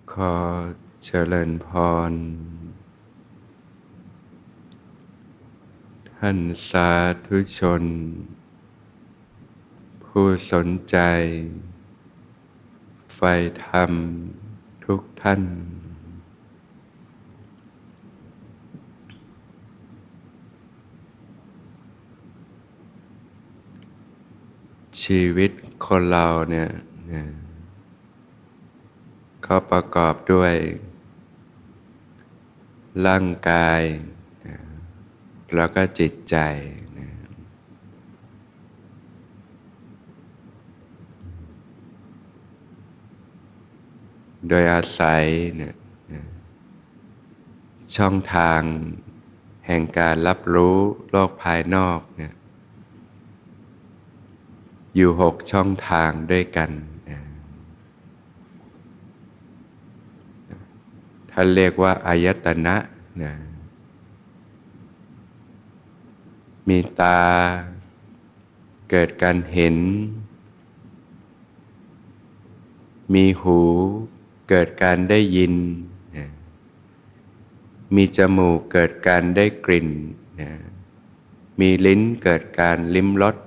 ขอเจริญพรท่านสาธุชนผู้สนใจใฝ่ธรรมทุกท่านชีวิตคนเราเนี่ยก็ประกอบด้วยร่างกายแล้วก็จิตใจโดยอาศัยช่องทางแห่งการรับรู้โลกภายนอกอยู่6ช่องทางด้วยกันท่านเรียกว่าอายตนะมีตาเกิดการเห็นมีหูเกิดการได้ยินมีจมูกเกิดการได้กลิ่นมีลิ้นเกิดการลิ้มรส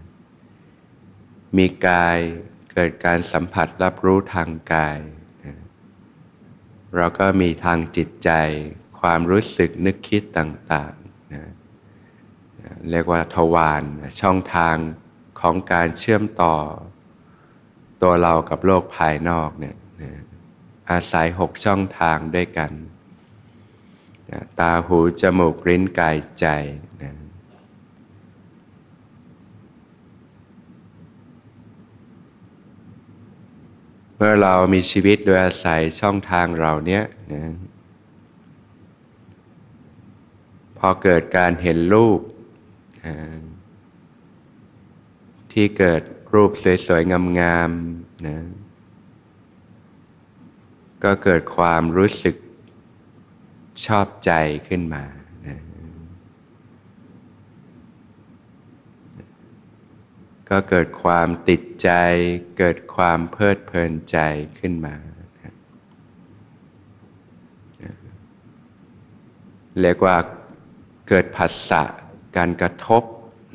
มีกายเกิดการสัมผัสรับรู้ทางกายเราก็มีทางจิตใจความรู้สึกนึกคิดต่างๆเรียกว่าทวารช่องทางของการเชื่อมต่อตัวเรากับโลกภายนอกอาศัย6ช่องทางด้วยกันตาหูจมูกลิ้นกายใจเมื่อเรามีชีวิตโดยอาศัยช่องทางเราเนี้ยพอเกิดการเห็นรูปที่เกิดรูปสวยๆงามๆก็เกิดความรู้สึกชอบใจขึ้นมาก็เกิดความติดใจเกิดความเพลิดเพลินใจขึ้นมาเรียกว่าเกิดผัสสะการกระทบ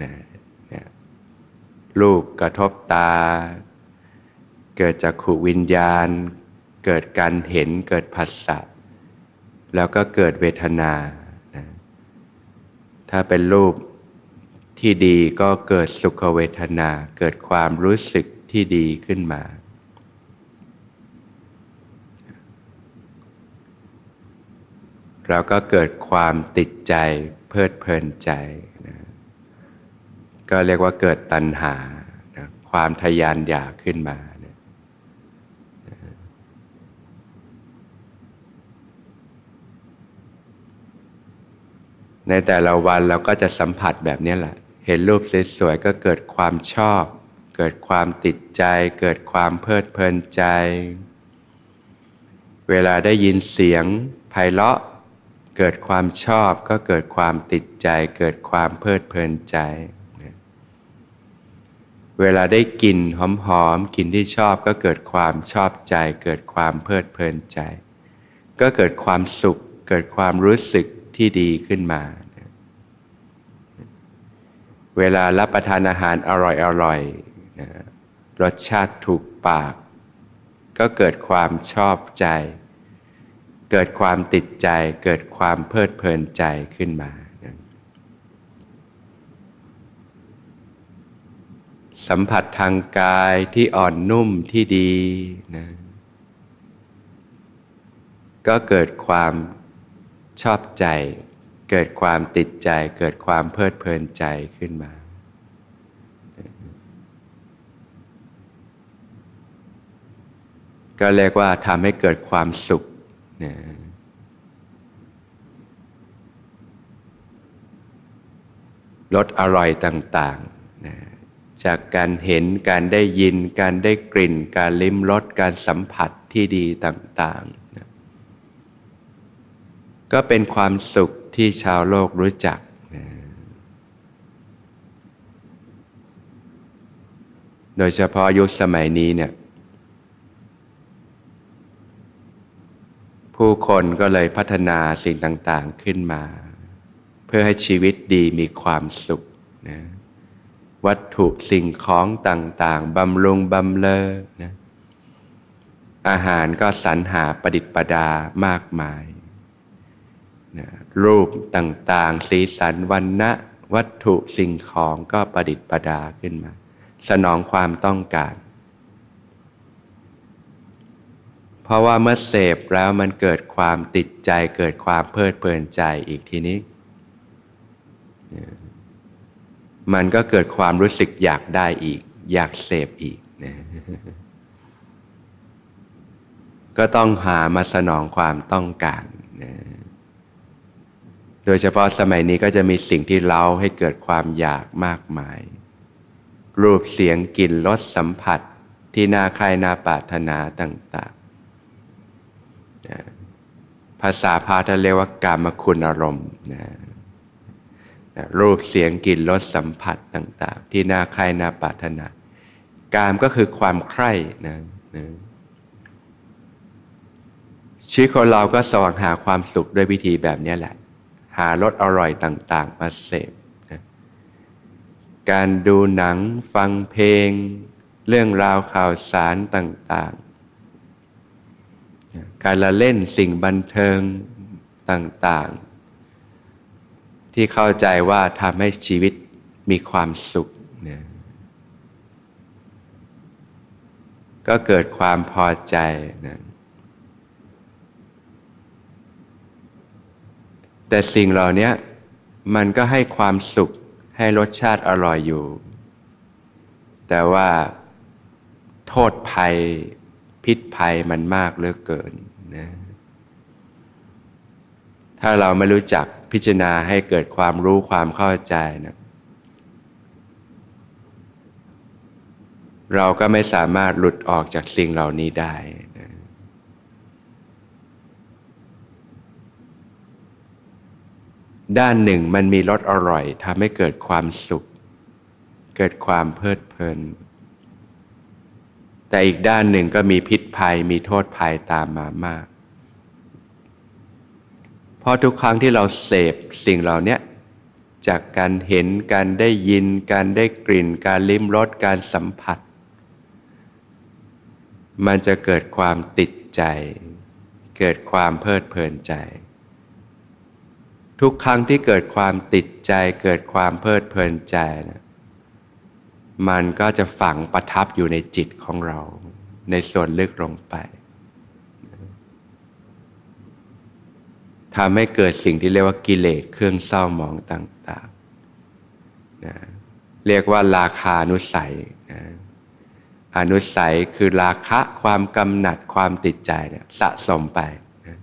รูปกระทบตาเกิดจักขุวิญญาณเกิดการเห็นเกิดผัสสะแล้วก็เกิดเวทนาถ้าเป็นรูปที่ดีก็เกิดสุขเวทนาเกิดความรู้สึกที่ดีขึ้นมาแล้วก็เกิดความติดใจเพลิดเพลินใจก็เรียกว่าเกิดตัณหาความทะยานอยากขึ้นมาในแต่ละวันเราก็จะสัมผัสแบบนี้แหละเห็นรูปสวยๆก็เกิดความชอบเกิดความติดใจเกิดความเพลิดเพลินใจเวลาได้ยินเสียงไพเราะเกิดความชอบก็เกิดความติดใจเกิดความเพลิดเพลินใจเวลาได้กลิ่นหอมๆกลิ่นที่ชอบก็เกิดความชอบใจเกิดความเพลิดเพลินใจก็เกิดความสุขเกิดความรู้สึกที่ดีขึ้นมาเวลารับประทานอาหารอร่อยๆรสชาติถูกปากก็เกิดความชอบใจเกิดความติดใจเกิดความเพลิดเพลินใจขึ้นมาสัมผัสทางกายที่อ่อนนุ่มที่ดีก็เกิดความชอบใจเกิดความติดใจเกิดความเพลิดเพลินใจขึ้นมาก็เรียกว่าทำให้เกิดความสุขรสอร่อยต่างๆจากการเห็นการได้ยินการได้กลิ่นการลิ้มรสการสัมผัสที่ดีต่างๆก็เป็นความสุขที่ชาวโลกรู้จักโดยเฉพาะยุคสมัยนี้ผู้คนก็เลยพัฒนาสิ่งต่างๆขึ้นมาเพื่อให้ชีวิตดีมีความสุขนะวัตถุสิ่งของต่างๆบำรุงบำเรอนะอาหารก็สรรหาประดิษฐ์ประดามากมายนะรูปต่างๆสีสันวรรณะวัตถุสิ่งของก็ประดิษฐ์ประดาขึ้นมาสนองความต้องการเพราะว่าเมื่อเสพแล้วมันเกิดความติดใจเกิดความเพลิดเพลินใจอีกทีนี้มันก็เกิดความรู้สึกอยากได้อีกอยากเสพอีกนะก็ต้องหามาสนองความต้องการนะโดยเฉพาะสมัยนี้ก็จะมีสิ่งที่เร้าให้เกิดความอยากมากมายรูปเสียงกลิ่นรสสัมผัสที่น่าใคร่น่าปรารถนาต่างๆนะภาษาพาลีเรียกว่ากามคุณอารมณ์นะรูปเสียงกลิ่นรสสัมผัสต่างๆที่น่าใคร่น่าปรารถนากามก็คือความใคร่นะชีวิตของเราก็แสวงหาความสุขด้วยวิธีแบบนี้แหละหารสอร่อยต่างๆมาเสพนะการดูหนังฟังเพลงเรื่องราวข่าวสารต่างๆการละเล่นสิ่งบันเทิงต่างๆที่เข้าใจว่าทำให้ชีวิตมีความสุขนะก็เกิดความพอใจนะแต่สิ่งเหล่านี้มันก็ให้ความสุขให้รสชาติอร่อยอยู่แต่ว่าโทษภัยพิษภัยมันมากเหลือเกินนะถ้าเราไม่รู้จักพิจารณาให้เกิดความรู้ความเข้าใจนะเราก็ไม่สามารถหลุดออกจากสิ่งเหล่านี้ได้นะด้านหนึ่งมันมีรสอร่อยทำให้เกิดความสุขเกิดความเพลิดเพลินแต่อีกด้านหนึ่งก็มีพิษภัยมีโทษภัยตามมามากเพราะทุกครั้งที่เราเสพสิ่งเหล่านี้จากการเห็นการได้ยินการได้กลิ่นการลิ้มรสการสัมผัสมันจะเกิดความติดใจเกิดความเพลิดเพลินใจทุกครั้งที่เกิดความติดใจเกิดความเพลิดเพลินใจนะมันก็จะฝังประทับอยู่ในจิตของเราในส่วนลึกลงไปทำให้เกิดสิ่งที่เรียกว่ากิเลสเครื่องเศร้าหมองต่างๆนะเรียกว่าราคานุสัยนะอนุสัยคือราคะความกำหนัดความติดใจเนี่ยสะสมไปนะ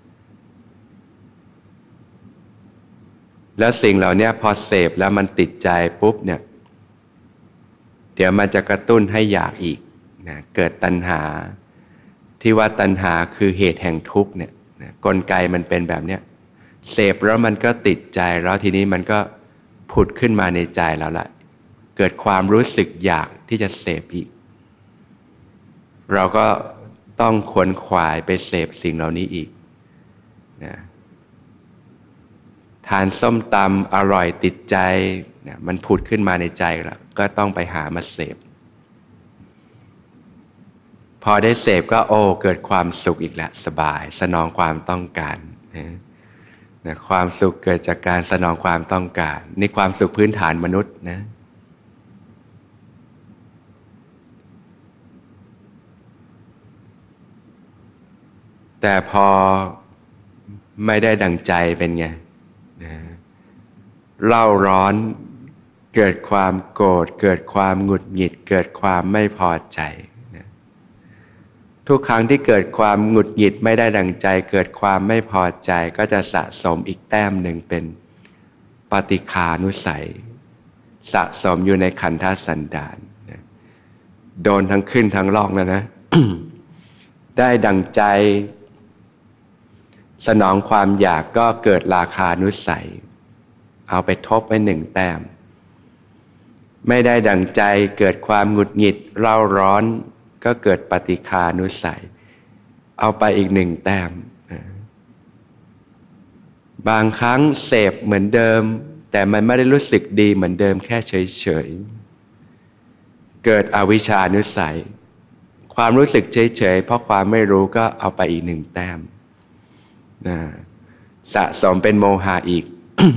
แล้วสิ่งเหล่านี้พอเสพแล้วมันติดใจปุ๊บเนี่ยเดี๋ยวมันจะกระตุ้นให้อยากอีกนะเกิดตัณหาที่ว่าตัณหาคือเหตุแห่งทุกข์เนี่ยนะกลไกมันเป็นแบบเนี้ยเสพแล้วมันก็ติดใจแล้วทีนี้มันก็ผุดขึ้นมาในใจเราละเกิดความรู้สึกอยากที่จะเสพอีกเราก็ต้องขวนขวายไปเสพสิ่งเหล่านี้อีกนะทานส้มตำอร่อยติดใจนะมันผุดขึ้นมาในใจแล้วก็ต้องไปหามาเสพพอได้เสพก็เกิดความสุขอีกแล้วสบายสนองความต้องการนะความสุขเกิดจากการสนองความต้องการนี่ความสุขพื้นฐานมนุษย์นะแต่พอไม่ได้ดั่งใจเป็นไงนะเร่าร้อนเกิดความโกรธเกิดความหงุดหงิดเกิดความไม่พอใจนะทุกครั้งที่เกิดความหงุดหงิดไม่ได้ดั่งใจเกิดความไม่พอใจก็จะสะสมอีกแต้มหนึ่งเป็นปฏิฆานุสัยสะสมอยู่ในขันธสันดานนะโดนทั้งขึ้นทั้งล่องแล้วนะ ได้ดั่งใจสนองความอยากก็เกิดราคานุสัยเอาไปทบไว้หนึ่งแต้มไม่ได้ดั่งใจเกิดความหงุดหงิดเร่าร้อนก็เกิดปฏิฆานุสัยเอาไปอีกหนึ่งแต้มบางครั้งเสพเหมือนเดิมแต่มันไม่ได้รู้สึกดีเหมือนเดิมแค่เฉยๆเกิดอวิชชานุสัยความรู้สึกเฉยๆเพราะความไม่รู้ก็เอาไปอีก1 แต้มสะสมเป็นโมหะอีก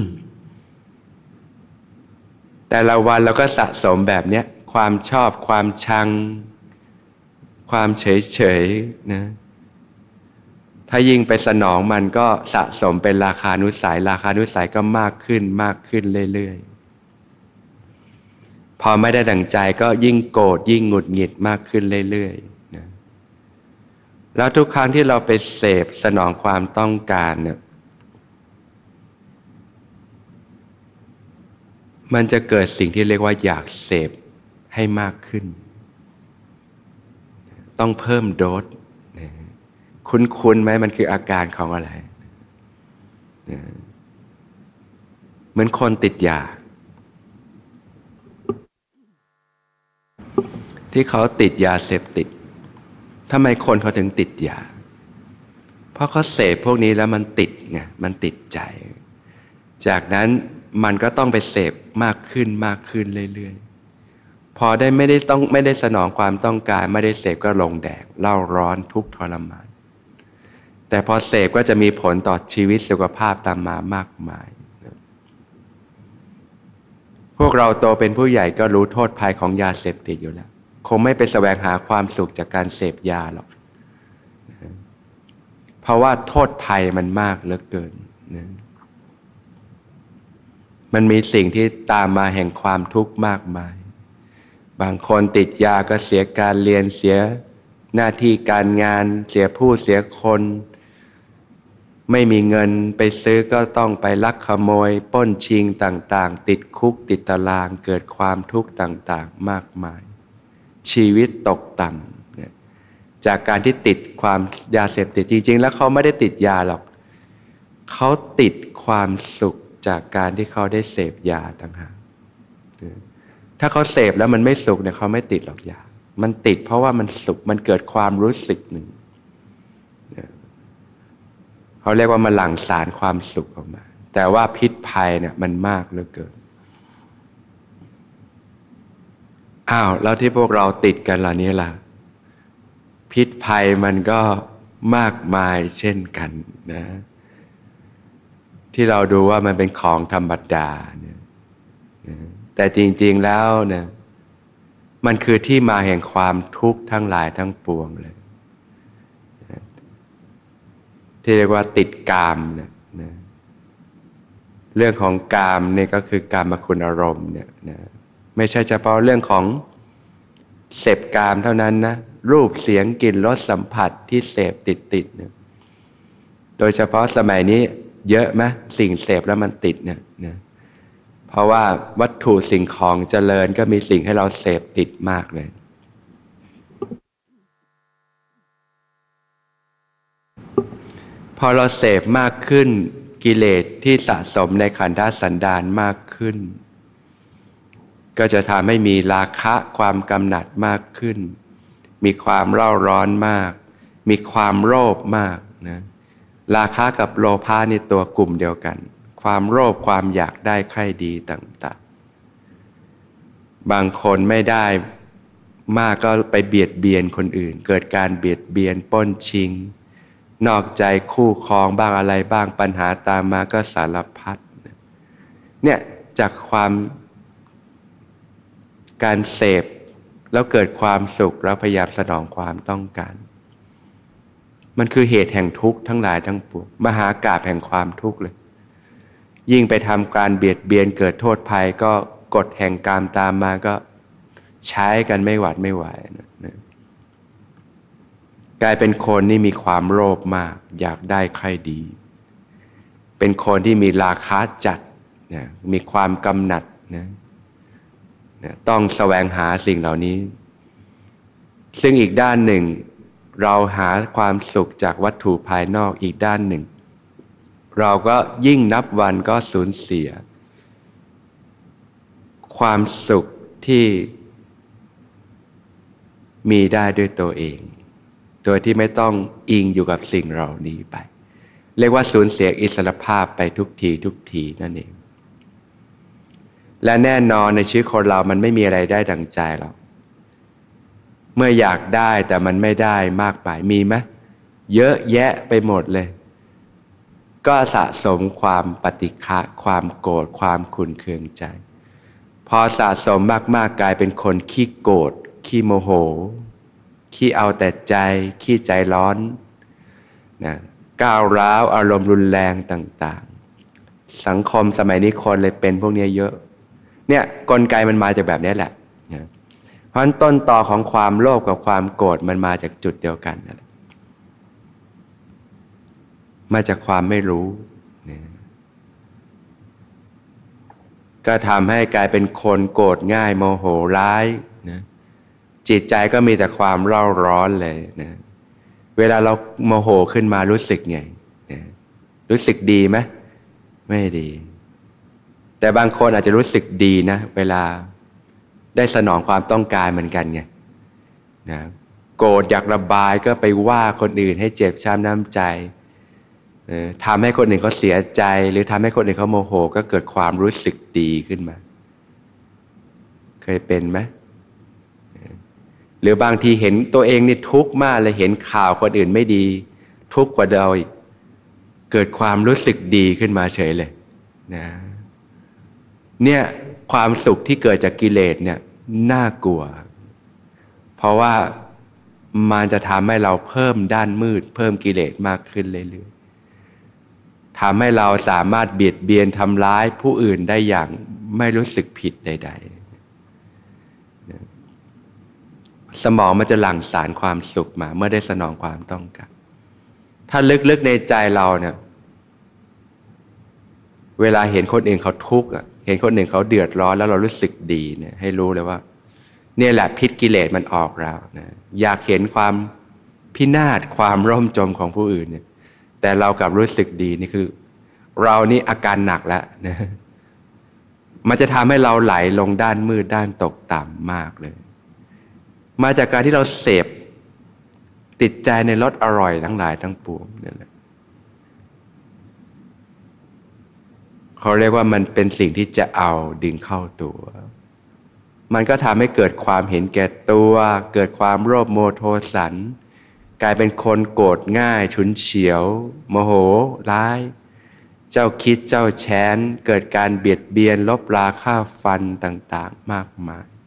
แต่ละวันเราก็สะสมแบบเนี้ยความชอบความชังความเฉยๆนะถ้ายิ่งไปสนองมันก็สะสมเป็นราคานุสัยราคานุสัยก็มากขึ้นมากขึ้นเรื่อยๆพอไม่ได้ดั่งใจก็ยิ่งโกรธยิ่งหงุดหงิดมากขึ้นเรื่อยๆนะแล้วทุกครั้งที่เราไปเสพสนองความต้องการเนี่ยมันจะเกิดสิ่งที่เรียกว่าอยากเสพให้มากขึ้นต้องเพิ่มโดสคุ้นๆไหมมันคืออาการของอะไรเหมือนคนติดยาที่เขาติดยาเสพติดทำไมคนเขาถึงติดยาเพราะเขาเสพพวกนี้แล้วมันติดไงมันติดใจจากนั้นมันก็ต้องไปเสพมากขึ้นมากขึ้นเรื่อยๆพอได้ไม่ได้สนองความต้องการไม่ได้เสพก็ลงแดกเล่าร้อนทุกข์ทรมานแต่พอเสพก็จะมีผลต่อชีวิตสุขภาพตามมามากมายพวกเราโตเป็นผู้ใหญ่ก็รู้โทษภัยของยาเสพติดอยู่แล้วคงไม่ไปแสวงหาความสุขจากการเสพยาหรอกเพราะว่าโทษภัยมันมากเหลือเกินนะมันมีสิ่งที่ตามมาแห่งความทุกข์มากมายบางคนติดยาก็เสียการเรียนเสียหน้าที่การงานเสียผู้เสียคนไม่มีเงินไปซื้อก็ต้องไปลักขโมยปล้นชิงต่างๆติดคุกติดตารางเกิดความทุกข์ต่างๆมากมายชีวิตตกต่ำจากการที่ติดความยาเสพติดจริงๆแล้วเขาไม่ได้ติดยาหรอกเขาติดความสุขจากการที่เขาได้เสพยาต่างหากถ้าเขาเสพแล้วมันไม่สุขเนี่ยเขาไม่ติดหรอกยามันติดเพราะว่ามันสุขมันเกิดความรู้สึกหนึ่งเขาเรียกว่ามันหลั่งสารความสุขออกมาแต่ว่าพิษภัยเนี่ยมันมากเหลือเกินแล้วที่พวกเราติดกันเหล่านี้ล่ะพิษภัยมันก็มากมายเช่นกันนะที่เราดูว่ามันเป็นของธรรมดาเนี่ยแต่จริงๆแล้วเนี่ยมันคือที่มาแห่งความทุกข์ทั้งหลายทั้งปวงเลยที่เรียกว่าติดกามเนี่ยนะเรื่องของกามนี่ก็คือกามคุณอารมณ์เนี่ยนะไม่ใช่เฉพาะเรื่องของเสพกามเท่านั้นนะรูปเสียงกลิ่นรสสัมผัสที่เสพติดเนี่ยโดยเฉพาะสมัยนี้เยอะไหมสิ่งเสพแล้วมันติดเนี่ยนะเพราะว่าวัตถุสิ่งของเจริญก็มีสิ่งให้เราเสพติดมากเลยพอเราเสพมากขึ้นกิเลสที่สะสมในขันธสันดานมากขึ้นก็จะทำให้มีราคะความกำหนัดมากขึ้นมีความเร่าร้อนมากมีความโลภมากนะราคะกับโลภะนี่ตัวกลุ่มเดียวกันความโลภความอยากได้ใคร่ดีต่างๆบางคนไม่ได้มากก็ไปเบียดเบียนคนอื่นเกิดการเบียดเบียนปล้นชิงนอกใจคู่ครองบ้างอะไรบ้างปัญหาตามมาก็สารพัดเนี่ยจากความการเสพแล้วเกิดความสุขแล้วพยายามสนองความต้องการมันคือเหตุแห่งทุกข์ทั้งหลายทั้งปวงมหากาพย์แห่งความทุกข์เลยยิ่งไปทำการเบียดเบียนเกิดโทษภัยก็กฎแห่งกรรมตามมาก็ใช้กันไม่หวัดไม่ไหวนะกลายเป็นคนนี่มีความโลภมากอยากได้ใครดีเป็นคนที่มีราคะจัดนะมีความกำหนัดนะต้องแสวงหาสิ่งเหล่านี้ซึ่งอีกด้านหนึ่งเราหาความสุขจากวัตถุภายนอกอีกด้านหนึ่งเราก็ยิ่งนับวันก็สูญเสียความสุขที่มีได้ด้วยตัวเองโดยที่ไม่ต้องอิงอยู่กับสิ่งเหล่านี้ไปเรียกว่าสูญเสียอิสรภาพไปทุกทีนั่นเองและแน่นอนในชีวิตคนเรามันไม่มีอะไรได้ดังใจหรอกเมื่ออยากได้แต่มันไม่ได้มากไปมีไหมเยอะแยะไปหมดเลยก็สะสมความปฏิฆะความโกรธความขุ่นเคืองใจพอสะสมมากๆกลายเป็นคนขี้โกรธขี้โมโหขี้เอาแต่ใจขี้ใจร้อนนะก้าวร้าวอารมณ์รุนแรงต่างๆสังคมสมัยนี้คนเลยเป็นพวกนี้เยอะเนี่ยกลไกมันมาจากแบบนี้แหละนะเพราะฉะนั้นต้นตอของความโลภกับความโกรธมันมาจากจุดเดียวกันนะมาจากความไม่รู้นะก็ทำให้กลายเป็นคนโกรธง่ายโมโหร้ายนะจิตใจก็มีแต่ความเร่าร้อนเลยนะเวลาเราโมโหขึ้นมารู้สึกไงนะรู้สึกดีไหมไม่ดีแต่บางคนอาจจะรู้สึกดีนะเวลาได้สนองความต้องการเหมือนกันไงนะโกรธอยากระบายก็ไปว่าคนอื่นให้เจ็บช้ำน้ำใจทำให้คนอื่นเขาเสียใจหรือทำให้คนอื่นเขาโมโหก็เกิดความรู้สึกดีขึ้นมาเคยเป็นไหมหรือบางทีเห็นตัวเองนี่ทุกข์มากเลยเห็นข่าวคนอื่นไม่ดีทุกข์กว่าเราอีกเกิดความรู้สึกดีขึ้นมาเฉยเลยนะเนี่ยความสุขที่เกิดจากกิเลสเนี่ยน่ากลัวเพราะว่ามันจะทำให้เราเพิ่มด้านมืดเพิ่มกิเลสมากขึ้นเรื่อยๆทำให้เราสามารถเบียดเบียนทำร้ายผู้อื่นได้อย่างไม่รู้สึกผิดใดๆสมองมันจะหลั่งสารความสุขมาเมื่อได้สนองความต้องการถ้าลึกๆในใจเราเนี่ยเวลาเห็นคนอื่นเขาทุกข์เห็นคนอื่นเขาเดือดร้อนแล้วเรารู้สึกดีเนี่ยให้รู้เลยว่าเนี่ยแหละพิษกิเลสมันออกเรานะอยากเห็นความพินาศความร่มจมของผู้อื่นเนี่ยแต่เรากลับรู้สึกดีนี่คือเรานี่อาการหนักแล้วนะมันจะทำให้เราไหลลงด้านมืดด้านตกต่ำมากเลยมาจากการที่เราเสพติดใจในรสอร่อยทั้งหลายทั้งปวงนั่นแหละเขาเรียกว่ามันเป็นสิ่งที่จะเอาดึงเข้าตัวมันก็ทำให้เกิดความเห็นแก่ตัวเกิดความโลภโมโทสันกลายเป็นคนโกรธง่ายฉุนเฉียวโมโหร้ายเจ้าคิดเจ้าแค้นเกิดการเบียดเบียนลบราฆ่าฟันต่างๆมากมาย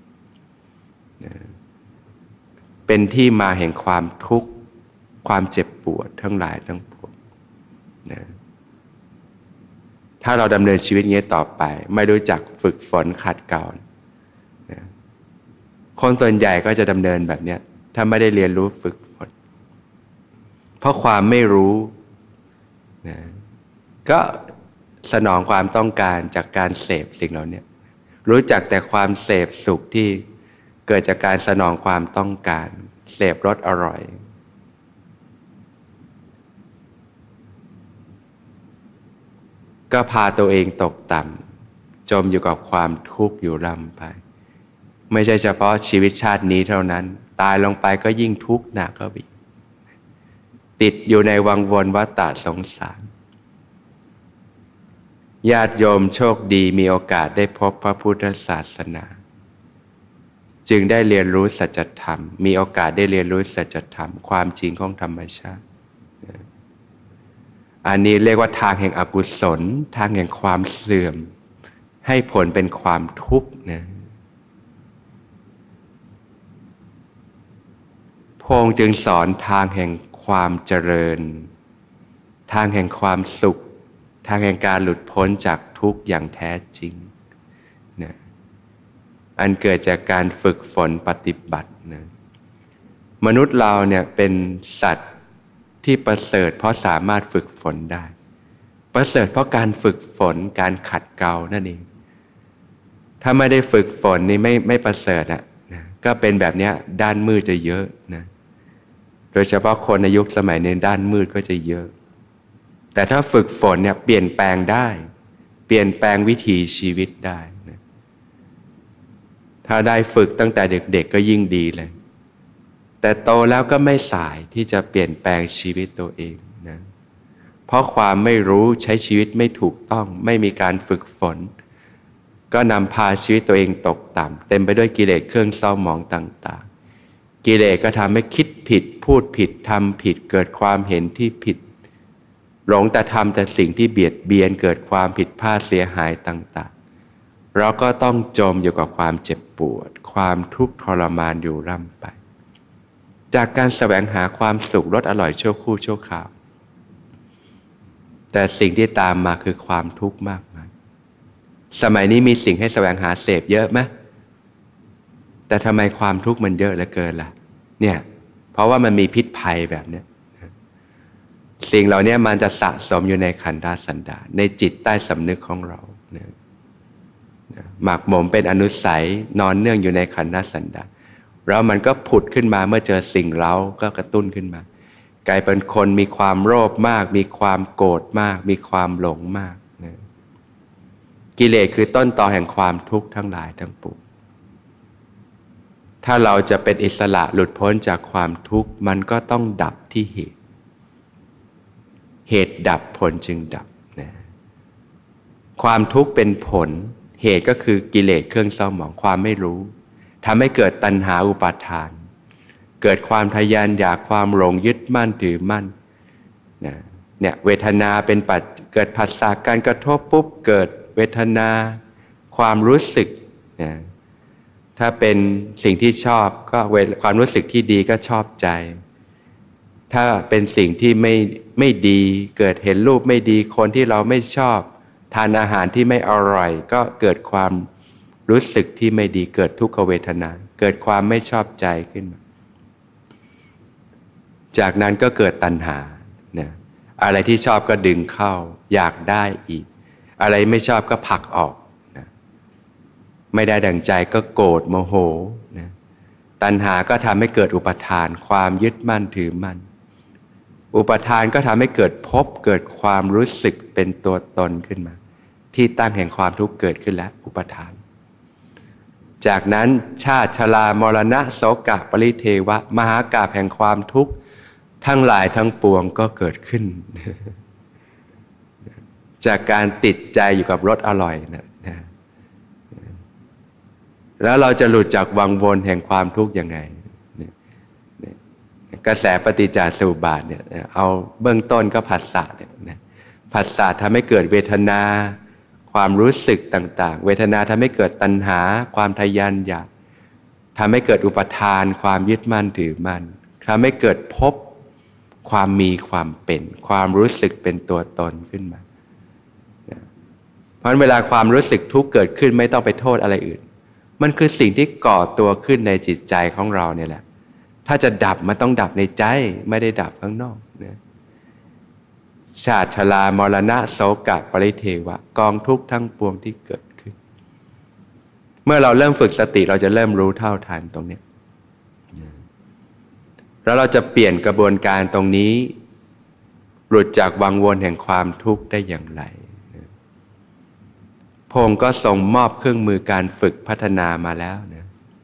เป็นที่มาแห่งความทุกข์ความเจ็บปวดทั้งหลายทั้งปวงนะถ้าเราดำเนินชีวิตงี้ต่อไปไม่รู้จักฝึกฝนขัดเกลานะคนส่วนใหญ่ก็จะดำเนินแบบนี้ถ้าไม่ได้เรียนรู้ฝึกฝนเพราะความไม่รู้นะก็สนองความต้องการจากการเสพสิ่งเหล่านี้รู้จักแต่ความเสพสุขที่เกิดจากการสนองความต้องการเสพรสอร่อยก็พาตัวเองตกต่ำจมอยู่กับความทุกข์อยู่ร่ำไปไม่ใช่เฉพาะชีวิตชาตินี้เท่านั้นตายลงไปก็ยิ่งทุกข์หนักเข้าไปติดอยู่ในวังวนวัฏฏะสงสารญาติโยมโชคดีมีโอกาสได้พบพระพุทธศาสนาจึงได้เรียนรู้สัจธรรมมีโอกาสได้เรียนรู้สัจธรรมความจริงของธรรมชาติอันนี้เรียกว่าทางแห่งอกุศลทางแห่งความเสื่อมให้ผลเป็นความทุกข์นะพระองค์จึงสอนทางแห่งความเจริญทางแห่งความสุขทางแห่งการหลุดพ้นจากทุกข์อย่างแท้จริงนะอันเกิดจากการฝึกฝนปฏิบัตินะมนุษย์เราเนี่ยเป็นสัตว์ที่ประเสริฐเพราะสามารถฝึกฝนได้ประเสริฐเพราะการฝึกฝนการขัดเกลานั่นเองถ้าไม่ได้ฝึกฝนนี่ไม่ประเสริฐนะก็เป็นแบบนี้ด้านมืดจะเยอะนะโดยเฉพาะคนในยุคสมัยในด้านมืดก็จะเยอะแต่ถ้าฝึกฝนเนี่ยเปลี่ยนแปลงได้เปลี่ยนแปลงวิถีชีวิตได้นะถ้าได้ฝึกตั้งแต่เด็กๆก็ยิ่งดีเลยแต่โตแล้วก็ไม่สายที่จะเปลี่ยนแปลงชีวิตตัวเองนะเพราะความไม่รู้ใช้ชีวิตไม่ถูกต้องไม่มีการฝึกฝนก็นำพาชีวิตตัวเองตกต่ำเต็มไปด้วยกิเลสเครื่องเศร้าหมองต่างๆกิเลสก็ทำให้คิดผิดพูดผิดทำผิดเกิดความเห็นที่ผิดหลงแต่ทำแต่สิ่งที่เบียดเบียนเกิดความผิดพลาดเสียหายต่างๆเราก็ต้องจมอยู่กับความเจ็บปวดความทุกข์ทรมานอยู่ร่ำไปจากการแสวงหาความสุขรสอร่อยชั่วครู่ชั่วคราวแต่สิ่งที่ตามมาคือความทุกข์มากมายสมัยนี้มีสิ่งให้แสวงหาเสพเยอะไหมแต่ทำไมความทุกข์มันเยอะเหลือเกินล่ะเนี่ยเพราะว่ามันมีพิษภัยแบบนี้สิ่งเหล่านี้มันจะสะสมอยู่ในขันธสันดานในจิตใต้สำนึกของเราหมักหมมเป็นอนุสัยนอนเนื่องอยู่ในขันธสันดานแล้วมันก็ผุดขึ้นมาเมื่อเจอสิ่งเร้าก็กระตุ้นขึ้นมากลายเป็นคนมีความโลภมากมีความโกรธมากมีความหลงมากนะกิเลสคือต้นตอแห่งความทุกข์ทั้งหลายทั้งปวงถ้าเราจะเป็นอิสระหลุดพ้นจากความทุกข์มันก็ต้องดับที่เหตุดับผลจึงดับนะความทุกข์เป็นผลเหตุก็คือกิเลสเครื่องเศร้าหมองความไม่รู้ทำให้เกิดตัณหาอุปาทานเกิดความทะยานอยากความหลงยึดมั่นถือมั่นนะเนี่ยเวทนาเป็นเกิดผัสสะการกระทบปุ๊บเกิดเวทนาความรู้สึกนะถ้าเป็นสิ่งที่ชอบก็ความรู้สึกที่ดีก็ชอบใจถ้าเป็นสิ่งที่ไม่ดีเกิดเห็นรูปไม่ดีคนที่เราไม่ชอบทานอาหารที่ไม่อร่อยก็เกิดความรู้สึกที่ไม่ดีเกิดทุกขเวทนาเกิดความไม่ชอบใจขึ้นมาจากนั้นก็เกิดตัณหานะอะไรที่ชอบก็ดึงเข้าอยากได้อีกอะไรไม่ชอบก็ผลักออกนะไม่ได้ดังใจก็โกรธโมโหนะตัณหาก็ทำให้เกิดอุปทานความยึดมั่นถือมั่นอุปทานก็ทำให้เกิดภพเกิดความรู้สึกเป็นตัวตนขึ้นมาที่ตั้งแห่งความทุกข์เกิดขึ้นแล้วอุปทานจากนั้นชาติชรามรณะโศกะปริเทวะมหากาพย์แห่งความทุกข์ทั้งหลายทั้งปวงก็เกิดขึ้น จากการติดใจอยู่กับรสอร่อยนะแล้วเราจะหลุดจากวังวนแห่งความทุกข์ยังไงกระแสปฏิจจสมุปบาทเนี่ยเอาเบื้องต้นก็ผัสสะเนี่ยผัสสะทำให้เกิดเวทนาความรู้สึกต่างๆเวทนาทำให้เกิดตัณหาความทะยานอยากทำให้เกิดอุปทานความยึดมั่นถือมั่นทำให้เกิดภพความมีความเป็นความรู้สึกเป็นตัวตนขึ้นมาเพราะฉะนั้นเวลาความรู้สึกทุกข์เกิดขึ้นไม่ต้องไปโทษอะไรอื่นมันคือสิ่งที่ก่อตัวขึ้นในจิตใจของเราเนี่ยแหละถ้าจะดับมันต้องดับในใจไม่ได้ดับข้างนอกนะชาติชรามรณะโศกะปริเทวะกองทุกข์ทั้งปวงที่เกิดขึ้นเมื่อเราเริ่มฝึกสติเราจะเริ่มรู้เท่าทันตรงนี้แล้วเราจะเปลี่ยนกระบวนการตรงนี้หลุดจากวังวนแห่งความทุกข์ได้อย่างไรพระองค์ก็ทรงมอบเครื่องมือการฝึกพัฒนามาแล้วนะ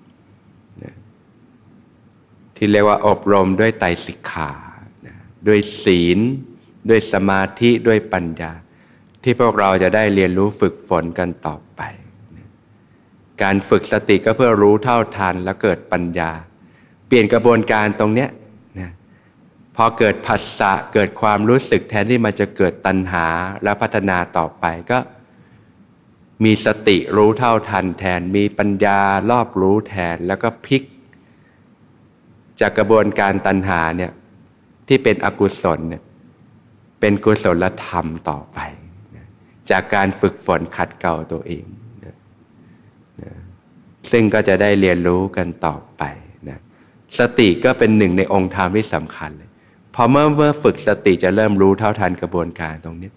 ที่เรียกว่าอบรมด้วยไตรสิกขาด้วยศีลด้วยสมาธิด้วยปัญญาที่พวกเราจะได้เรียนรู้ฝึกฝนกันต่อไปการฝึกสติก็เพื่อรู้เท่าทันและเกิดปัญญาเปลี่ยนกระบวนการตรงเนี้ยนะพอเกิดผัสสะเกิดความรู้สึกแทนที่มันจะเกิดตัณหาและพัฒนาต่อไปก็มีสติรู้เท่าทันแทนมีปัญญารอบรู้แทนแล้วก็พลิกจากกระบวนการตัณหาเนี่ยที่เป็นอกุศลเนี่ยเป็นกุศลธรรมต่อไปนะจากการฝึกฝนขัดเกลาตัวเองนะซึ่งก็จะได้เรียนรู้กันต่อไปนะสติก็เป็นหนึ่งในองค์ธรรมที่สำคัญเลยพอเมื่อฝึกสติจะเริ่มรู้เท่าทันกระบวนการตรงนี้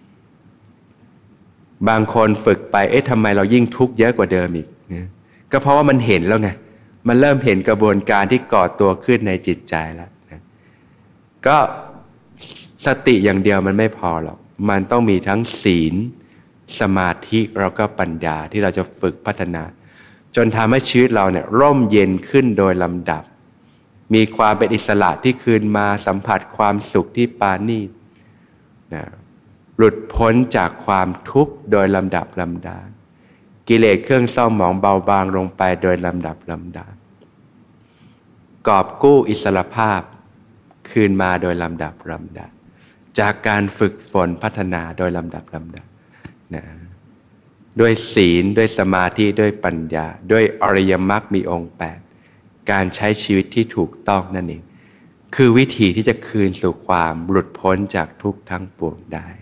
บางคนฝึกไปทำไมเรายิ่งทุกข์เยอะกว่าเดิมอีกนะก็เพราะว่ามันเห็นแล้วไงมันเริ่มเห็นกระบวนการที่ก่อตัวขึ้นในจิตใจแล้วนะก็สติอย่างเดียวมันไม่พอหรอกมันต้องมีทั้งศีลสมาธิแล้วก็ปัญญาที่เราจะฝึกพัฒนาจนทำให้ชีวิตเราเนี่ยร่มเย็นขึ้นโดยลำดับมีความเป็นอิสระที่คืนมาสัมผัสความสุขที่ปราณีตนะหลุดพ้นจากความทุกข์โดยลำดับลำดากิเลสเครื่องเศร้าหมองเบาบางลงไปโดยลำดับลำดากอบกู้อิสรภาพคืนมาโดยลำดับลำดาจากการฝึกฝนพัฒนาโดยลำดับลำดานะด้วยศีลด้วยสมาธิด้วยปัญญาด้วยอริยมรรคมีองค์8การใช้ชีวิตที่ถูกต้องนั่นเองคือวิธีที่จะคืนสู่ความหลุดพ้นจากทุกข์ทั้งปวงได้